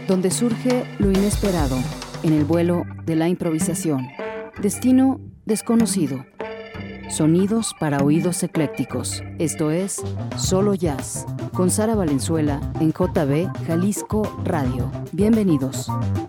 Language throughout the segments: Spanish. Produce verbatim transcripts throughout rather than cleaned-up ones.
donde surge lo inesperado, en el vuelo de la improvisación. Destino desconocido. Sonidos para oídos eclécticos. Esto es Solo Jazz, con Sara Valenzuela en J B Jalisco Radio. Bienvenidos.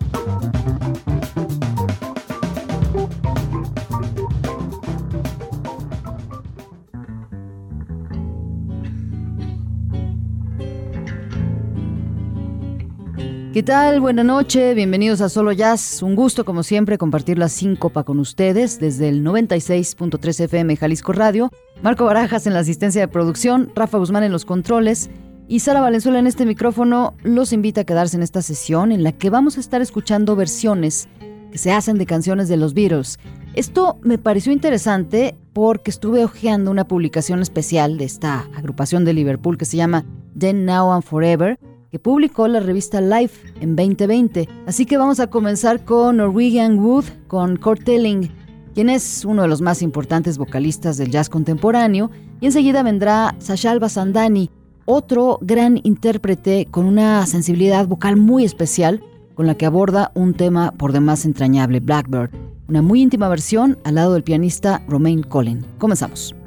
¿Qué tal? Buenas noches, bienvenidos a Solo Jazz. Un gusto, como siempre, compartir la síncopa con ustedes desde el noventa y seis punto tres F M Jalisco Radio. Marco Barajas en la asistencia de producción, Rafa Guzmán en los controles y Sara Valenzuela en este micrófono. Los invita a quedarse en esta sesión en la que vamos a estar escuchando versiones que se hacen de canciones de los Beatles. Esto me pareció interesante porque estuve hojeando una publicación especial de esta agrupación de Liverpool que se llama Then, Now and Forever, que publicó la revista Life en veinte veinte. Así que vamos a comenzar con Norwegian Wood, con Kurt Elling, quien es uno de los más importantes vocalistas del jazz contemporáneo, y enseguida vendrá Sachal Basandani, otro gran intérprete con una sensibilidad vocal muy especial, con la que aborda un tema por demás entrañable, Blackbird, una muy íntima versión al lado del pianista Romain Collin. Comenzamos.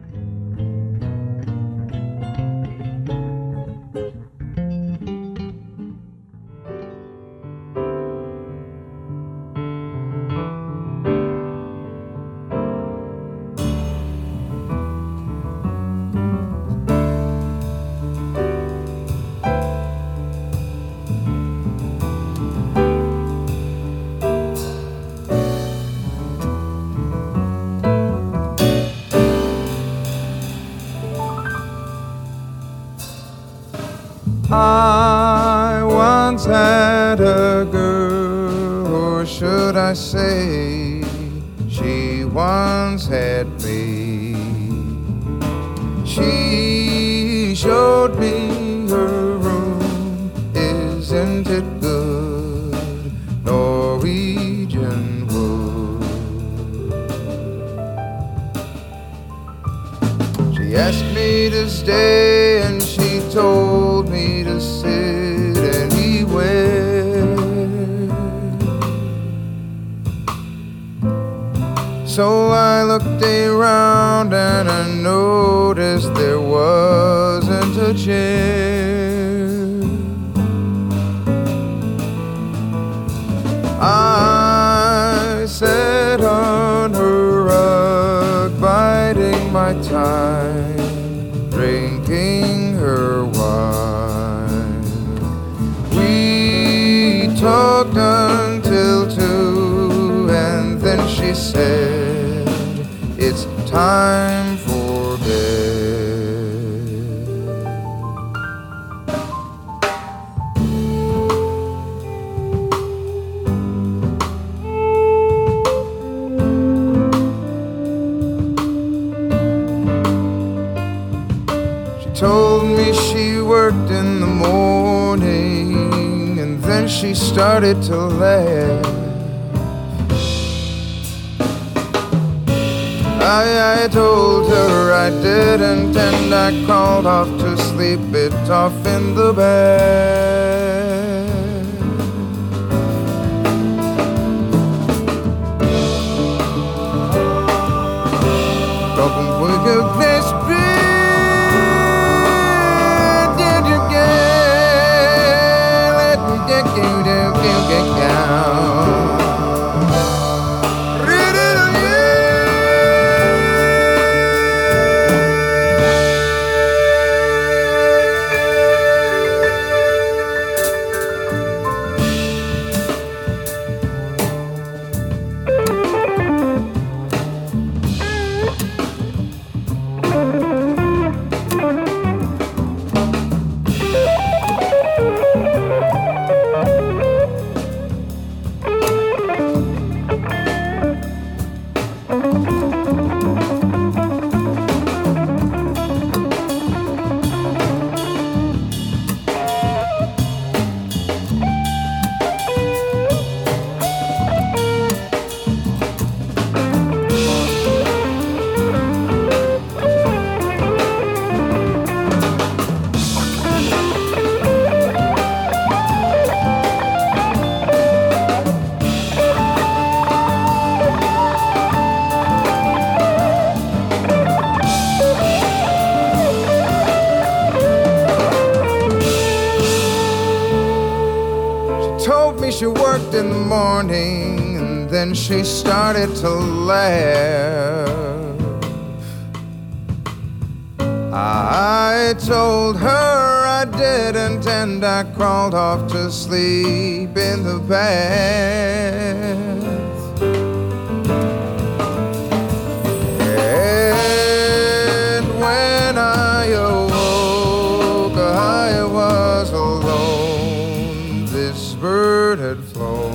I once had a girl, or should I say, she once had me. She showed me her room, isn't it good, Norwegian wood. She asked me to stay and she told me to sit anywhere. So I looked around and I noticed there wasn't a chair. I sat on her rug, biding my time, drinking her wine. We talked until two, and then she said, it's time for bed. She told me she worked in the morning, and then she started to laugh. I, I told her I didn't, and I crawled off to sleep it off in the bed. Couple wicked place. she worked in the morning, and then she started to laugh. I told her I didn't, and I crawled off to sleep in the bath. And when I awoke, I was alone. This bird had flown.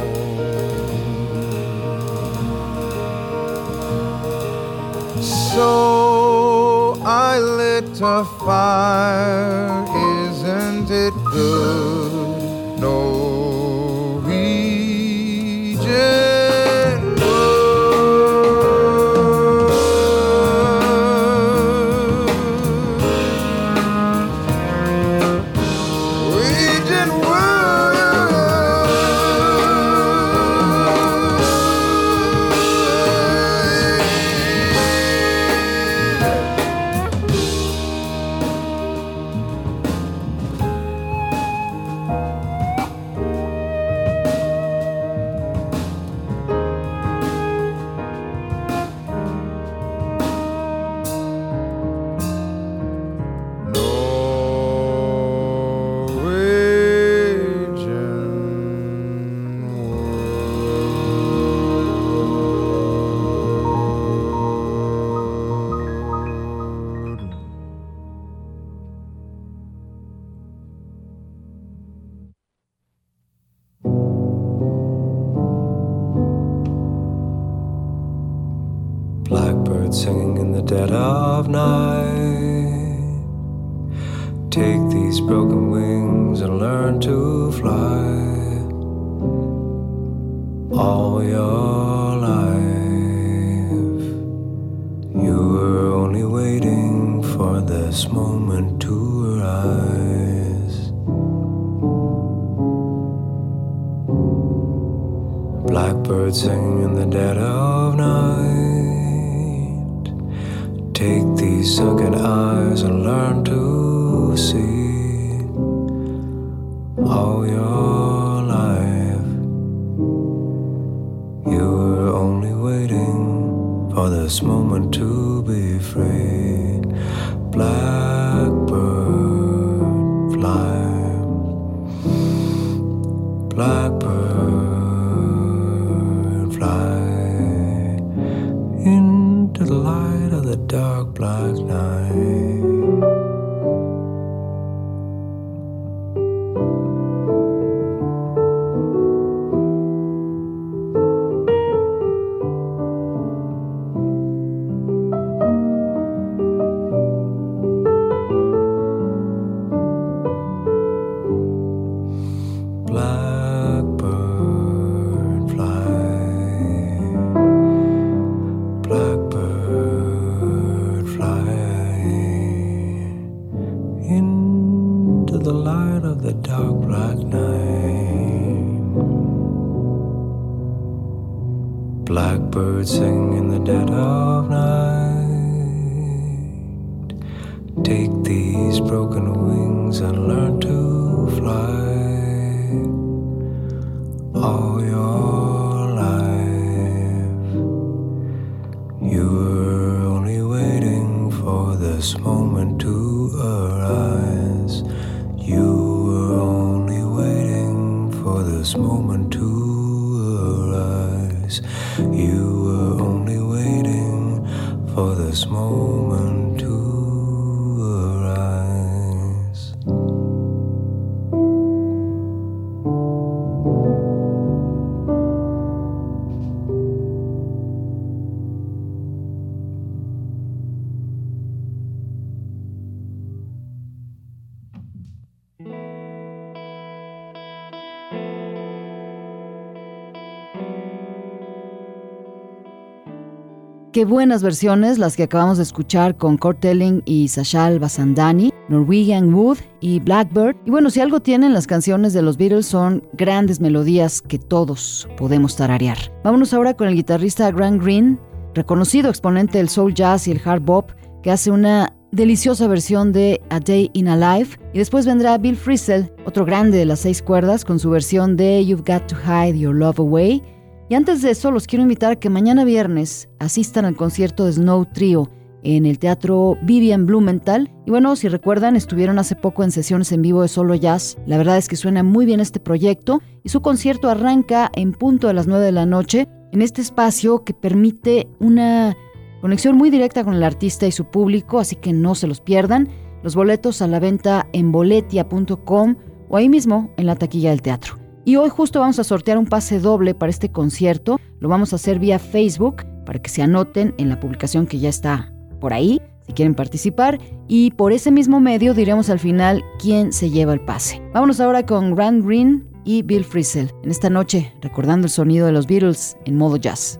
So I lit a fire, isn't it good? Norwegian wood. Norwegian Blackbird singing in the dead of night. Take these broken wings and learn to fly. All your life you were only waiting for this moment to arise. Blackbird singing in the dead of night. Take these sunken eyes and learn to see. All your life you were only waiting for this moment to be free. Blackbird fly. Blackbird fly into the light of the dark black night. Blackbird sing in the dead of night. Take these broken wings and learn to fly. All your life you were only waiting for this moment to arise. You were only waiting for this moment to arise. You were only waiting for this moment to arise. Qué buenas versiones las que acabamos de escuchar con Kurt Elling y Sachal Basandani, Norwegian Wood y Blackbird. Y bueno, si algo tienen las canciones de los Beatles son grandes melodías que todos podemos tararear. Vámonos ahora con el guitarrista Grant Green, reconocido exponente del soul jazz y el hard bop, que hace una deliciosa versión de A Day in a Life. Y después vendrá Bill Frisell, otro grande de las seis cuerdas, con su versión de You've Got to Hide Your Love Away. Y antes de eso, los quiero invitar a que mañana viernes asistan al concierto de Snow Trio en el Teatro Vivian Blumenthal. Y bueno, si recuerdan, estuvieron hace poco en sesiones en vivo de Solo Jazz. La verdad es que suena muy bien este proyecto y su concierto arranca en punto de las nueve de la noche en este espacio que permite una conexión muy directa con el artista y su público, así que no se los pierdan. Los boletos a la venta en boletia punto com o ahí mismo en la taquilla del teatro. Y hoy justo vamos a sortear un pase doble para este concierto. Lo vamos a hacer vía Facebook para que se anoten en la publicación que ya está por ahí, si quieren participar, y por ese mismo medio diremos al final quién se lleva el pase. Vámonos ahora con Grant Green y Bill Frisell en esta noche, recordando el sonido de los Beatles en modo jazz.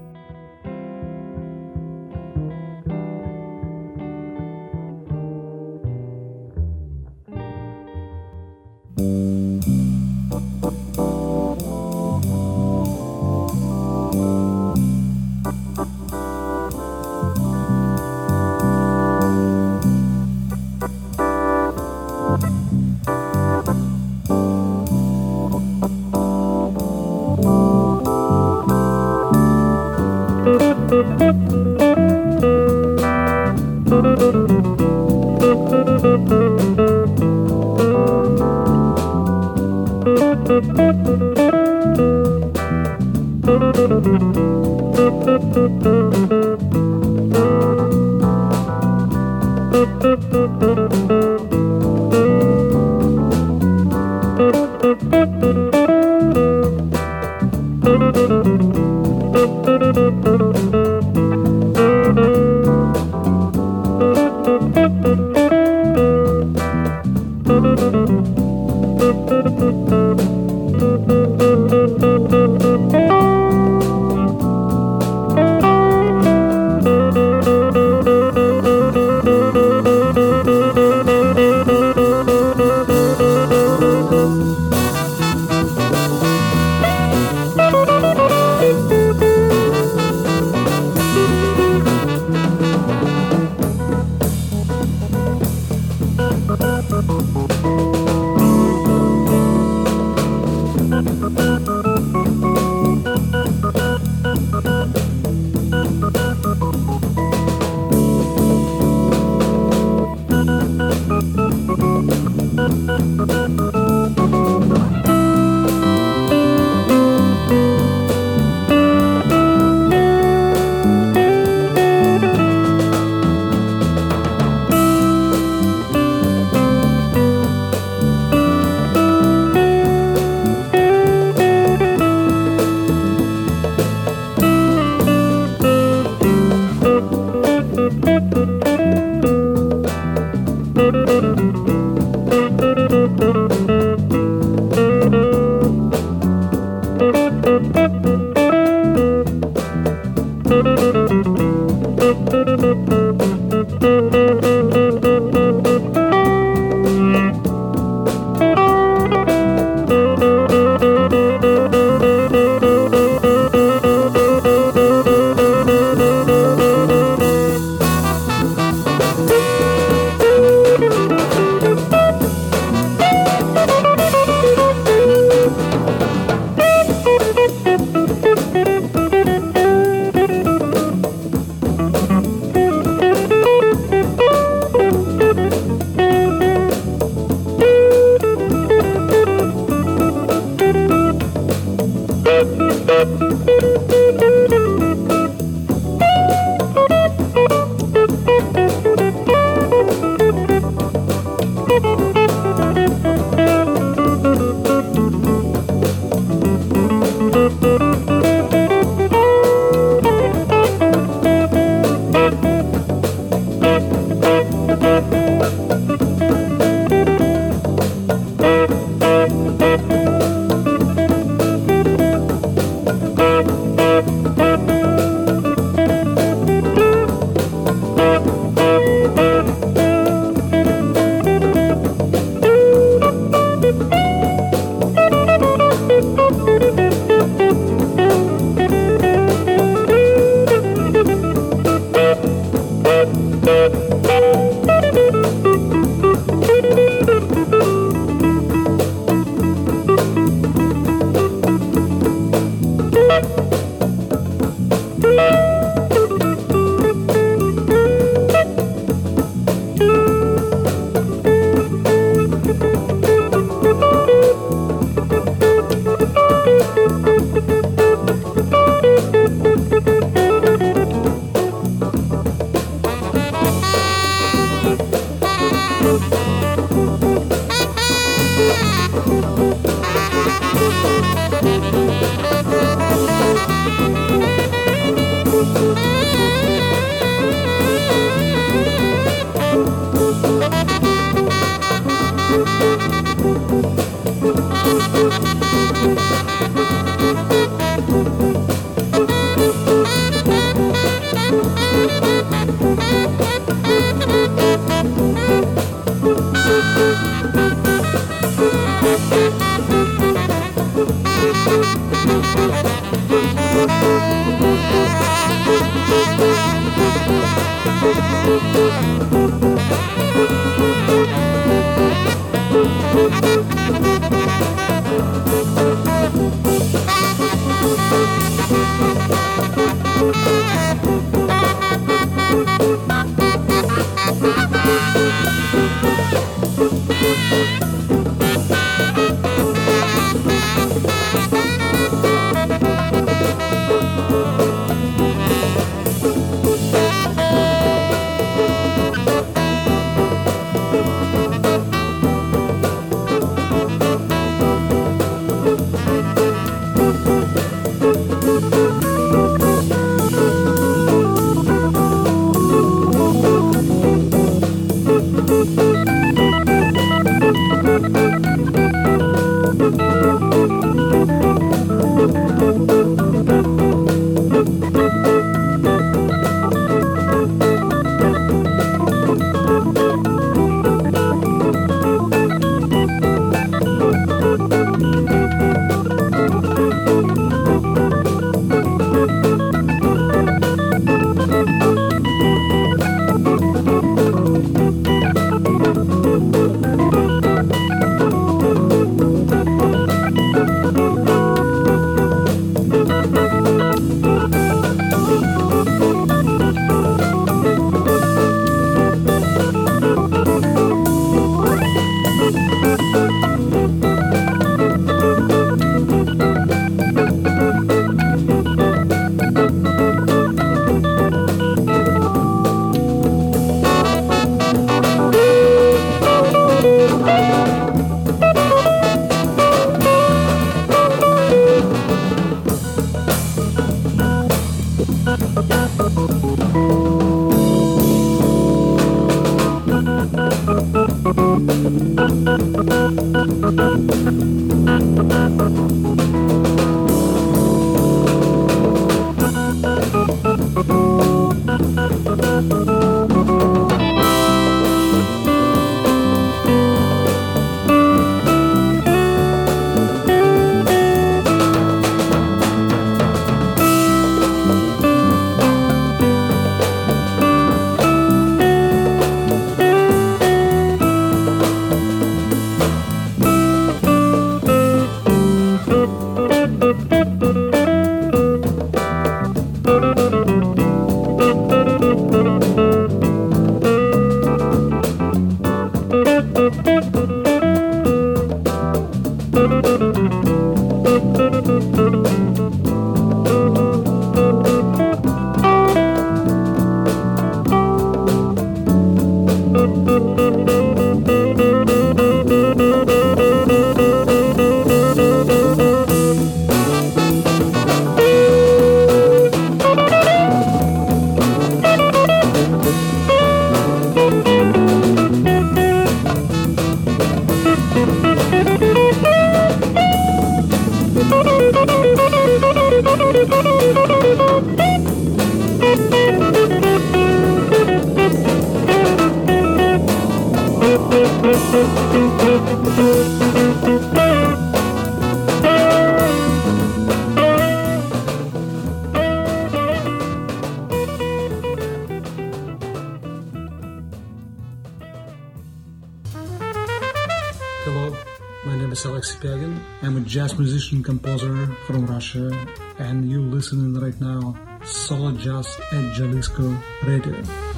Jazz musician composer from Russia, and you listening right now Solo Jazz at Jalisco Radio.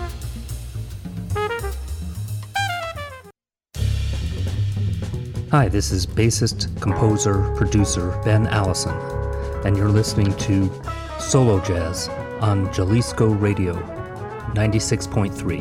Hi, this is bassist, composer, producer Ben Allison, and you're listening to Solo Jazz on Jalisco Radio ninety-six point three.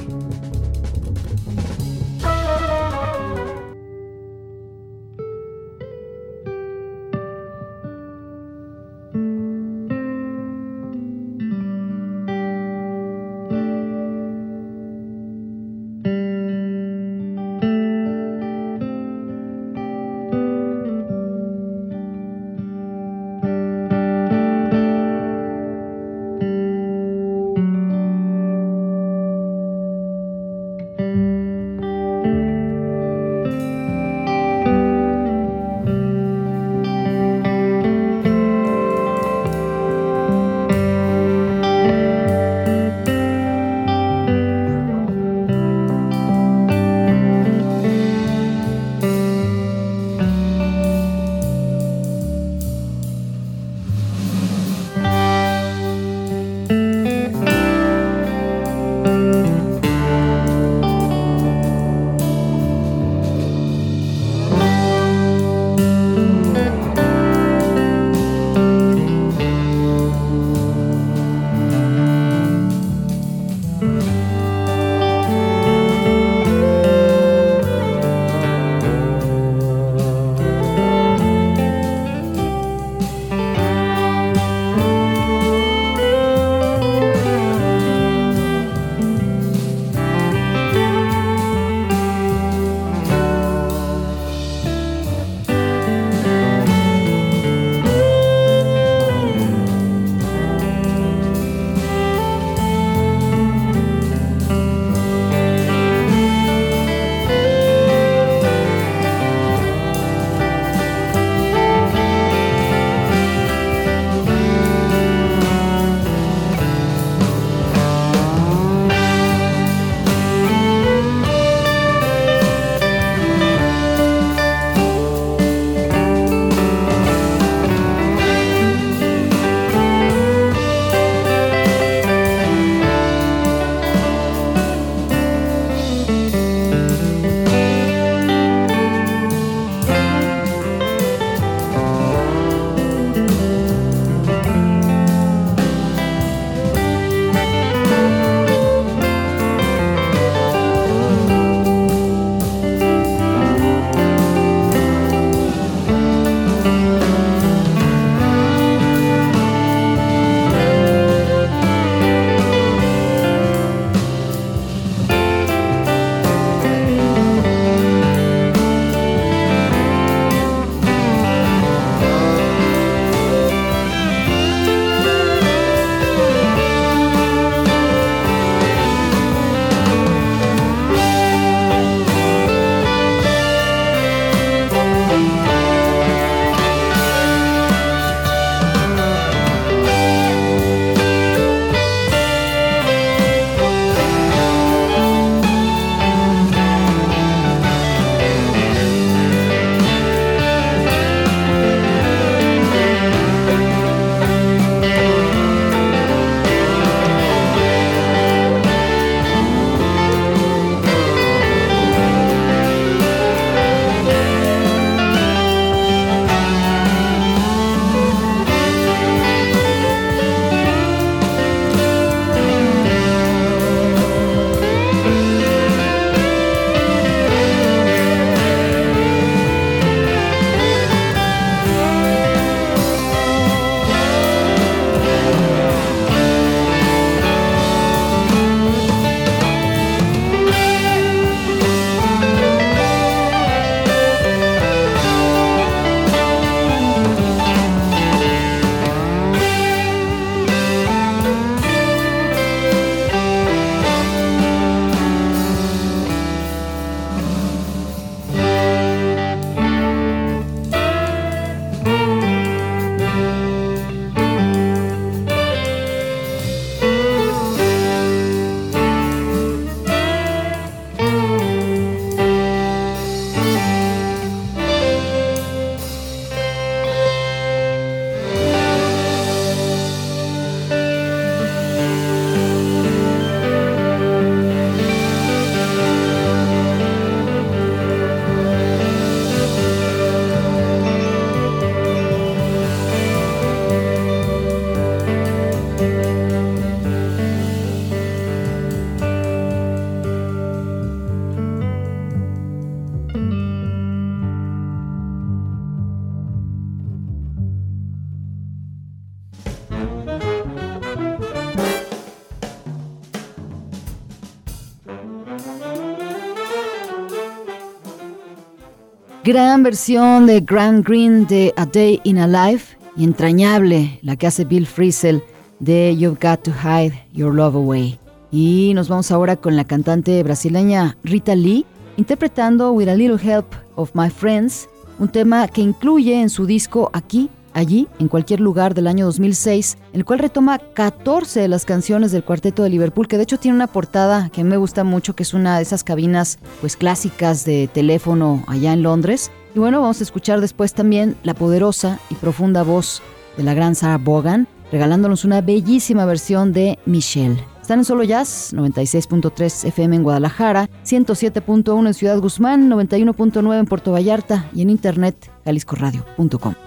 Gran versión de Graham Greene de A Day in a Life y entrañable la que hace Bill Frisell de You've Got to Hide Your Love Away. Y nos vamos ahora con la cantante brasileña Rita Lee interpretando With a Little Help of My Friends, un tema que incluye en su disco Aquí, Allí, en cualquier lugar del año dos mil seis, el cual retoma catorce de las canciones del Cuarteto de Liverpool, que de hecho tiene una portada que me gusta mucho, que es una de esas cabinas pues clásicas de teléfono allá en Londres. Y bueno, vamos a escuchar después también la poderosa y profunda voz de la gran Sarah Vaughan, regalándonos una bellísima versión de Michelle. Están en Solo Jazz, noventa y seis punto tres F M en Guadalajara, ciento siete punto uno en Ciudad Guzmán, noventa y uno punto nueve en Puerto Vallarta y en internet jalisco radio punto com.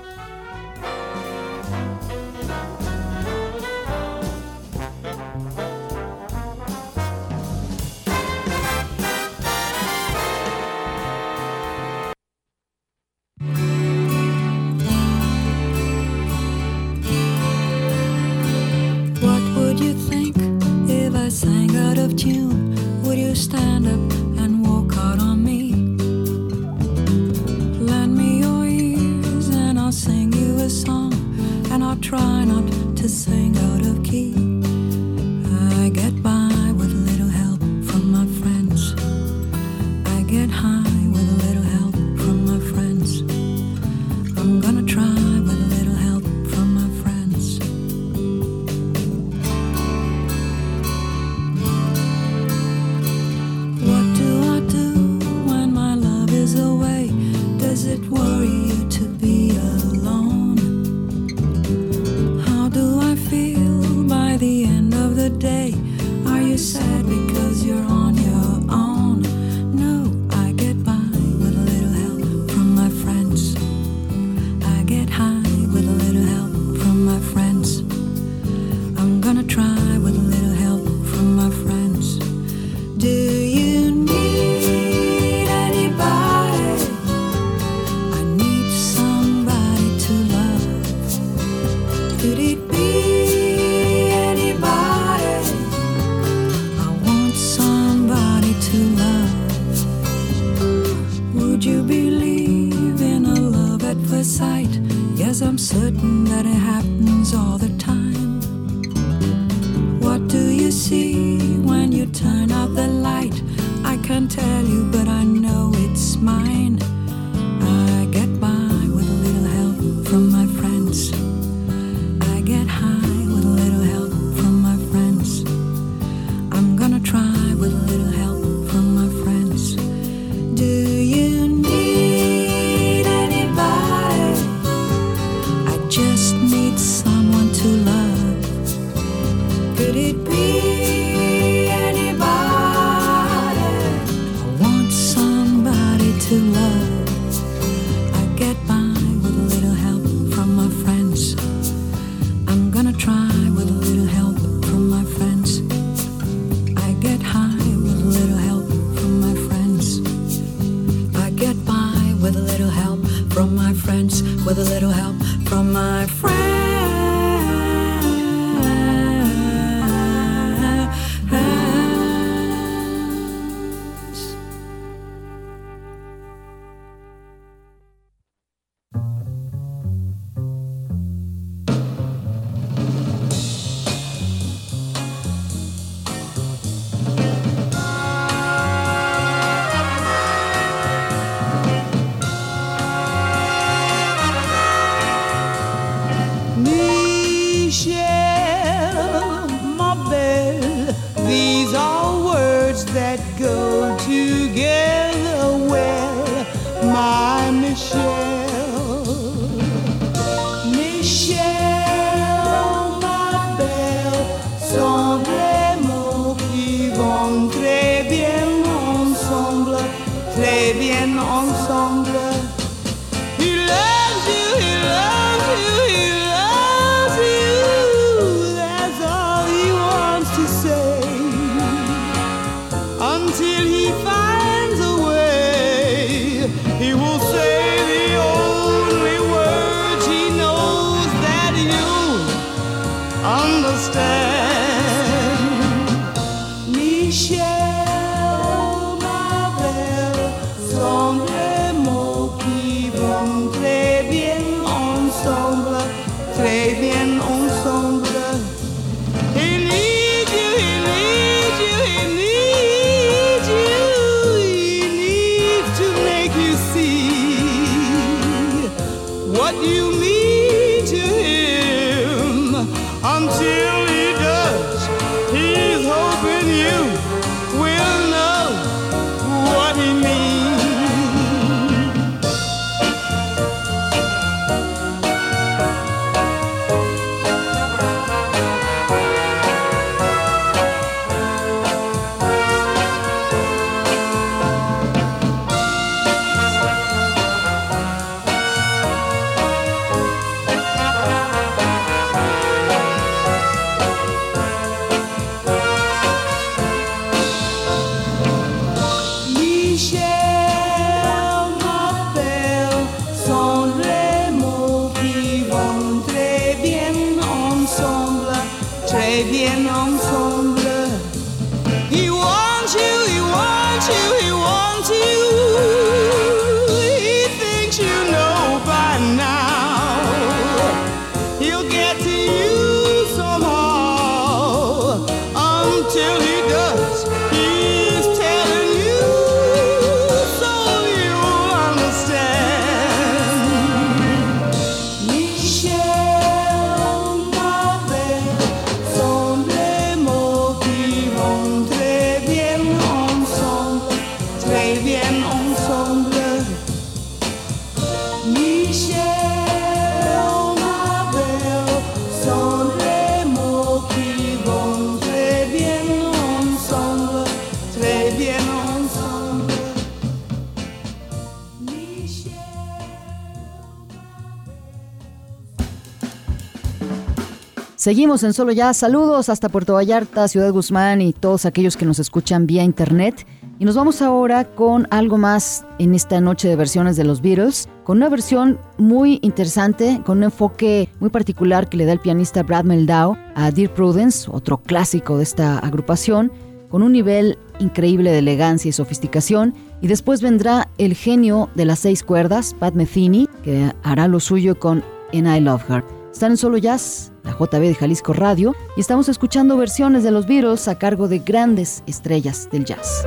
Sang out of tune, would you stand up and walk out on me? Lend me your ears and I'll sing you a song, and I'll try not to sing out of key. I get by with a little help from my friends. I get high with a little help from my friends. I'm gonna try with a little help from my friends. Away, does it worry you to be alone? How do I feel by the end of the day? Are you sad because you're on your own? No, I get by with a little help from my friends. I get high with a little help from my friends. I'm gonna try with a little help from my friends. Do you need anybody? Could it be anybody? I want somebody to love. Would you believe in a love at first sight? Yes, I'm certain that it happens all the time. What do you see when you turn out the light? I can't tell you, but I know it's mine. I get by with a little help from my friends. I get high with a little help from my friends. I'm gonna try with a little help from my friends. Do you need anybody? I just need someone to love. Could it be anybody? I want somebody to love. I get by with a little help from my friends. I'm gonna try with a little help from my friends. I get high with a little help from my friends. I get by with a little help from my friends. With a little help from my friends. what you mean to him. Until he does, he's hoping you will know what he means. Seguimos en Solo Jazz. Saludos hasta Puerto Vallarta, Ciudad Guzmán y todos aquellos que nos escuchan vía internet. Y nos vamos ahora con algo más en esta noche de versiones de los Beatles, con una versión muy interesante, con un enfoque muy particular que le da el pianista Brad Mehldau a Dear Prudence, otro clásico de esta agrupación, con un nivel increíble de elegancia y sofisticación. Y después vendrá el genio de las seis cuerdas, Pat Metheny, que hará lo suyo con And I Love Her. Están en Solo Jazz, la J B de Jalisco Radio, y estamos escuchando versiones de los Beatles a cargo de grandes estrellas del jazz.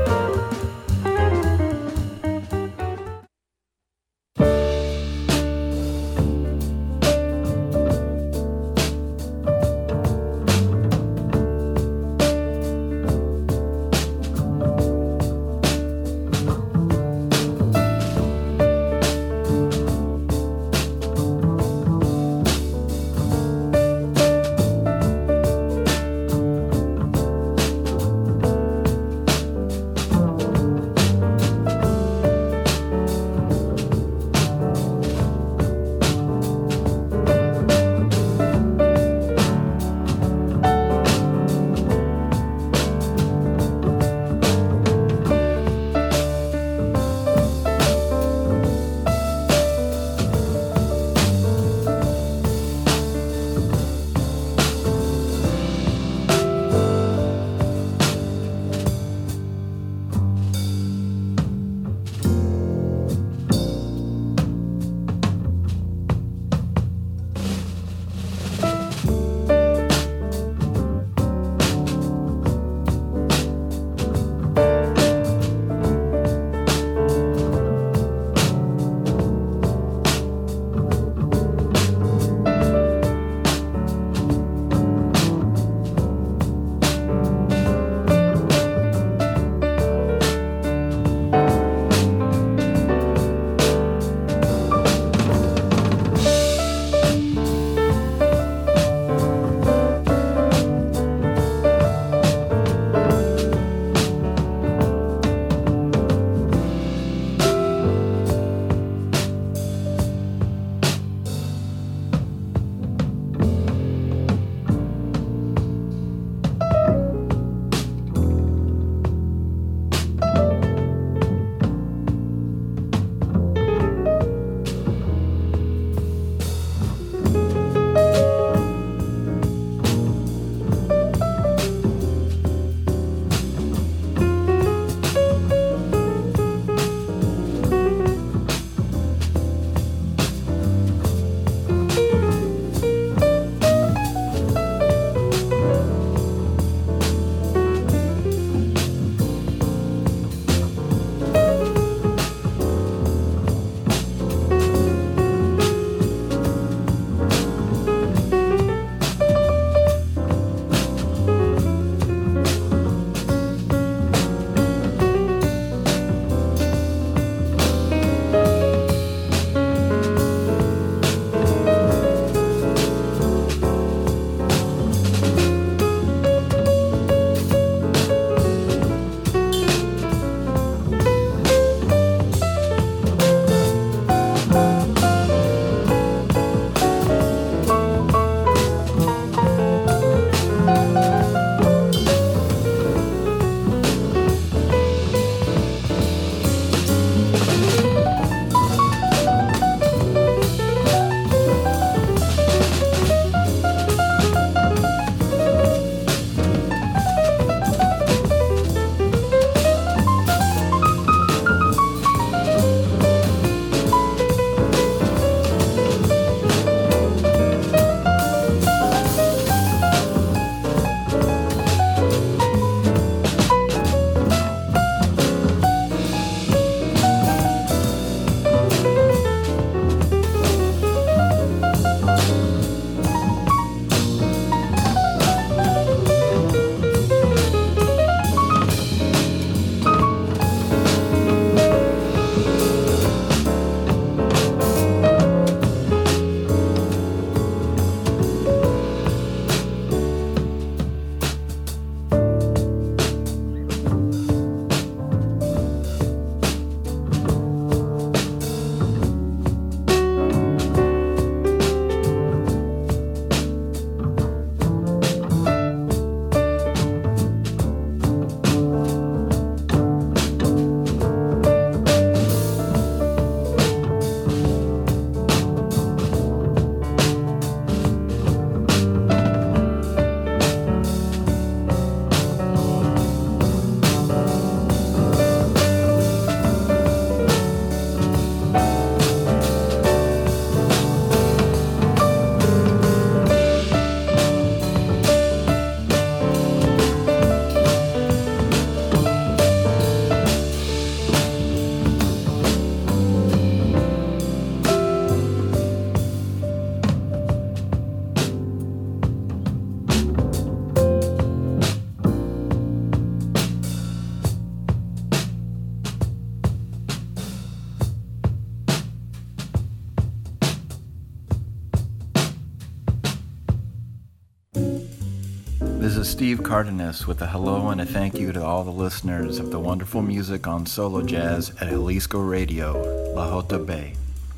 This is Steve Cardenas with a hello and a thank you to all the listeners of the wonderful music on Solo Jazz at Jalisco Radio, La Jota Bay.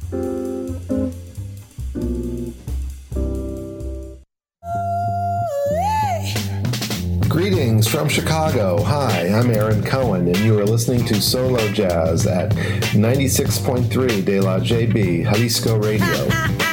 Greetings from Chicago. Hi, I'm Aaron Cohen, and you are listening to Solo Jazz at ninety-six point three De La J B, Jalisco Radio.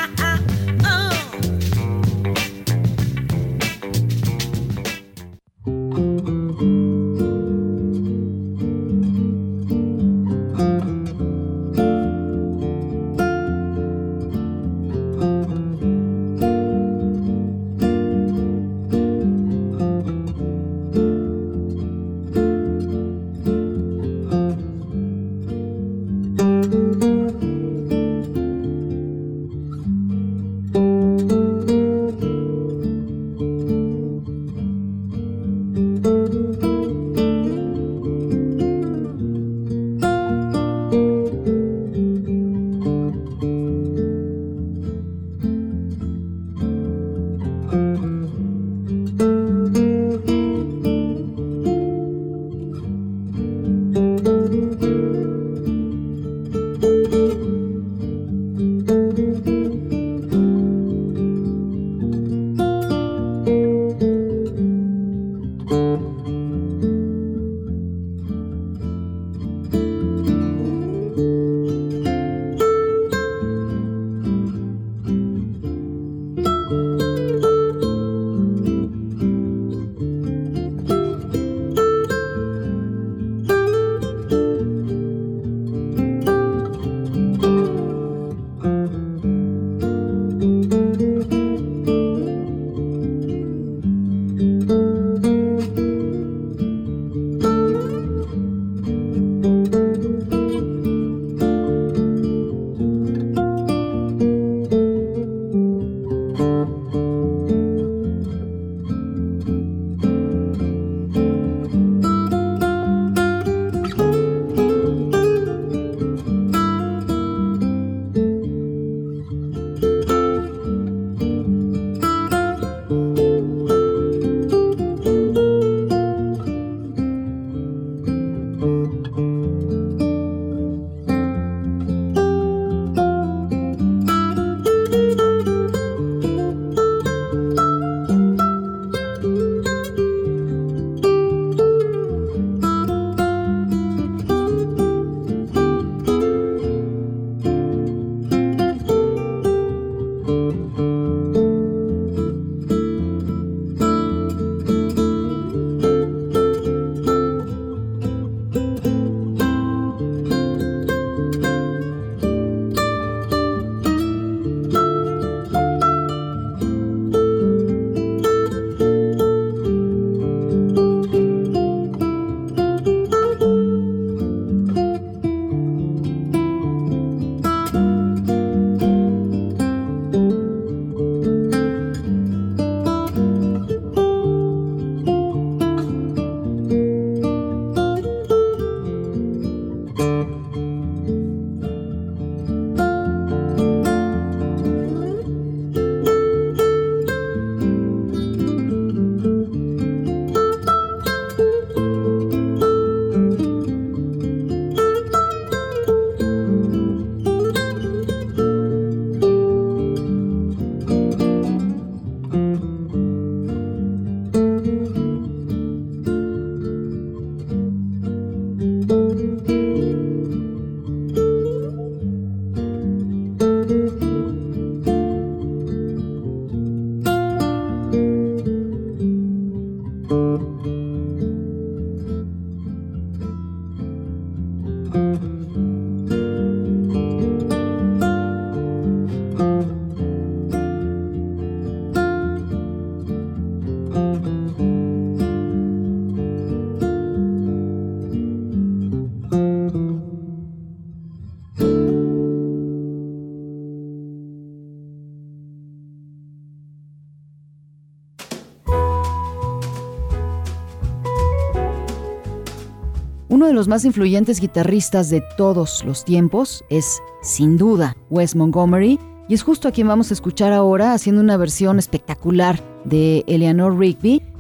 Uno de los más influyentes guitarristas de todos los tiempos es, sin duda, Wes Montgomery, y es justo a quien vamos a escuchar ahora haciendo una versión espectacular de Eleanor Rigby,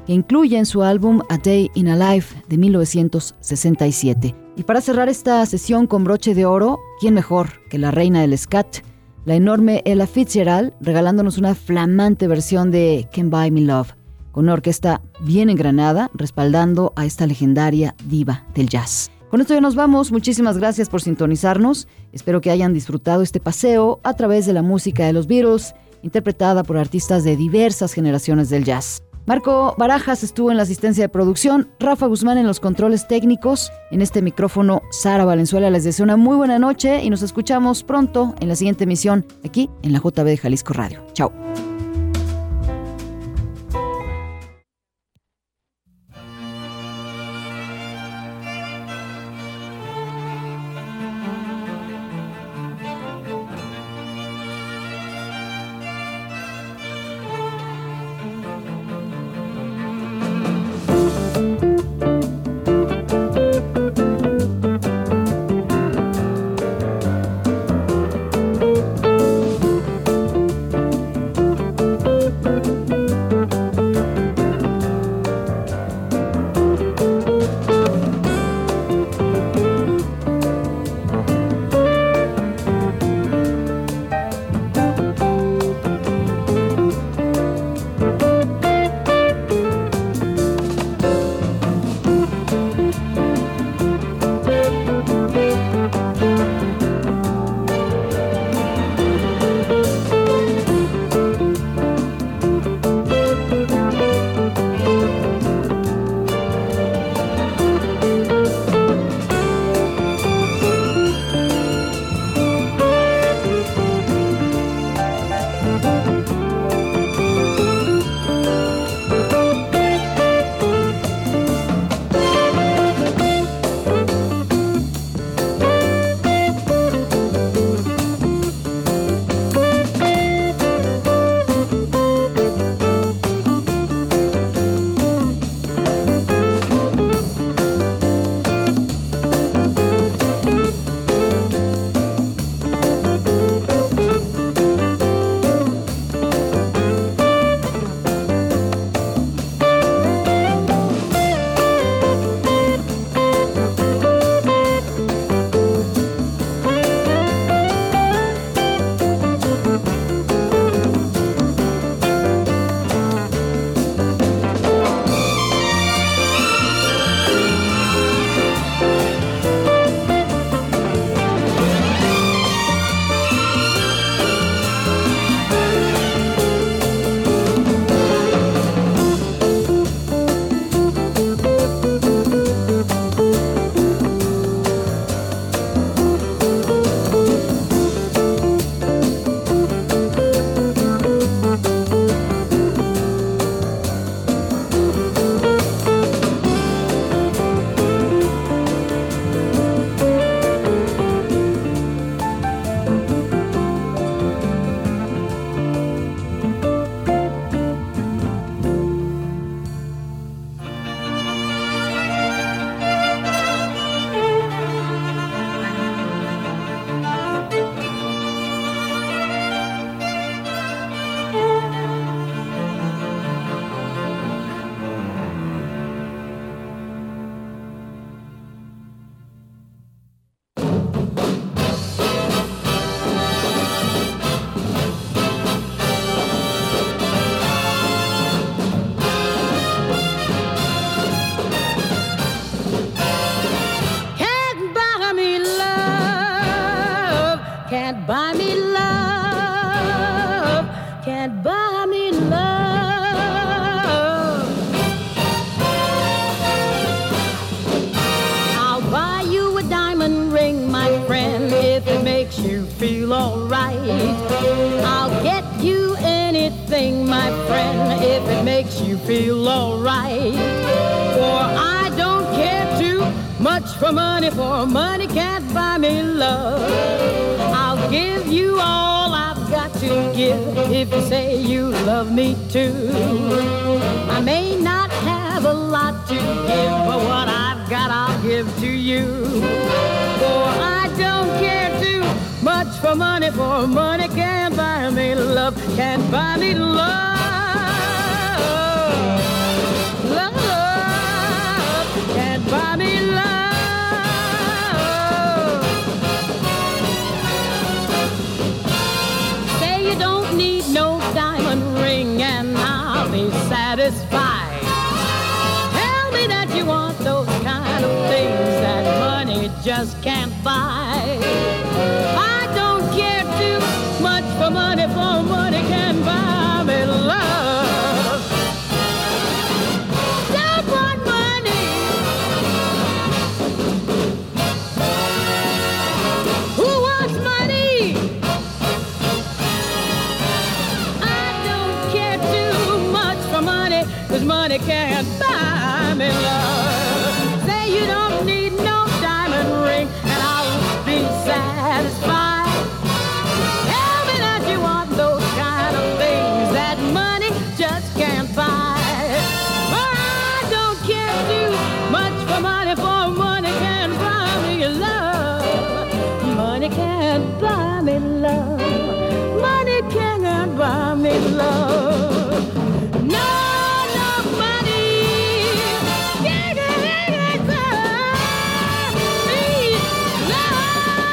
que incluye en su álbum A Day in a Life de mil novecientos sesenta y siete. Y para cerrar esta sesión con broche de oro, ¿quién mejor que la reina del scat, la enorme Ella Fitzgerald, regalándonos una flamante versión de Can't Buy Me Love, con una orquesta bien engranada, respaldando a esta legendaria diva del jazz. Con esto ya nos vamos. Muchísimas gracias por sintonizarnos. Espero que hayan disfrutado este paseo a través de la música de los Beatles, interpretada por artistas de diversas generaciones del jazz. Marco Barajas estuvo en la asistencia de producción, Rafa Guzmán en los controles técnicos. En este micrófono, Sara Valenzuela les deseo una muy buena noche y nos escuchamos pronto en la siguiente emisión aquí en la J B de Jalisco Radio. Chao. Can't buy me love, can't buy me love. I'll buy you a diamond ring, my friend, if it makes you feel alright. I'll get you anything, my friend, if it makes you feel alright. For I don't care too much for money, for money can't buy me love. I'll give you all I've got to give if you say you love me too. I may not have a lot to give, but what I've got I'll give to you. For I don't care too much for money, for money can't buy me love, can't buy me love. don't need no diamond ring and I'll be satisfied. Tell me that you want those kind of things that money just can't buy. I don't care too much for money, for money can buy me love. Don't want money. Who wants money? I don't care too much for money, 'cause money can't buy me love. Say you don't need no diamond ring and I'll be satisfied. Tell me that you want those kind of things that money just can't buy. For I don't care too much for money, for money can't buy me love. Money can't buy me love. Money can't buy me love. No, no money can't buy me love.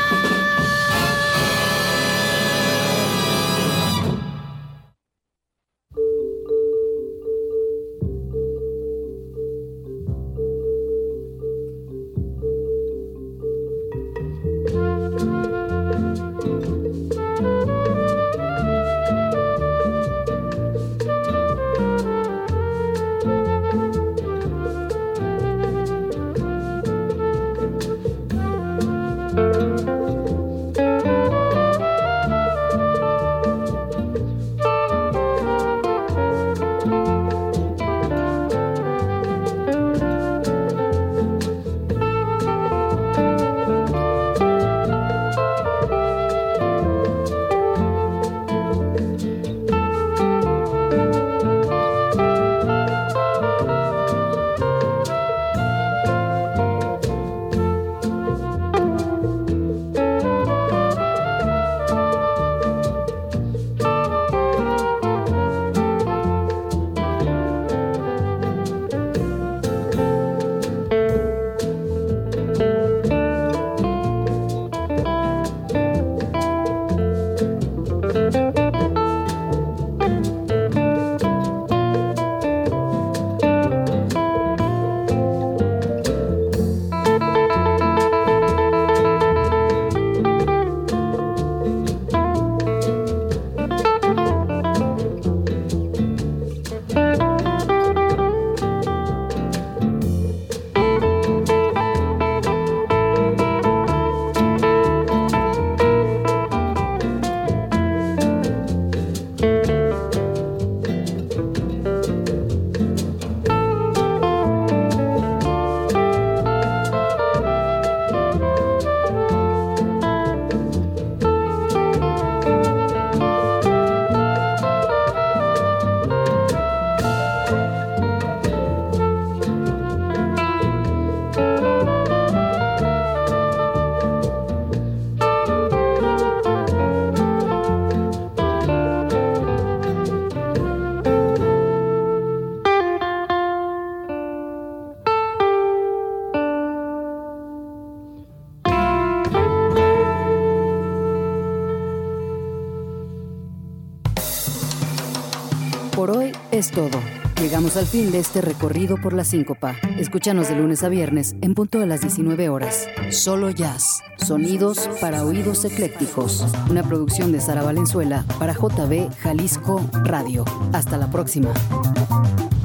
Por hoy es todo. Llegamos al fin de este recorrido por la síncopa. Escúchanos de lunes a viernes en punto de las diecinueve horas. Solo Jazz. Sonidos para oídos eclécticos. Una producción de Sara Valenzuela para J B Jalisco Radio. Hasta la próxima.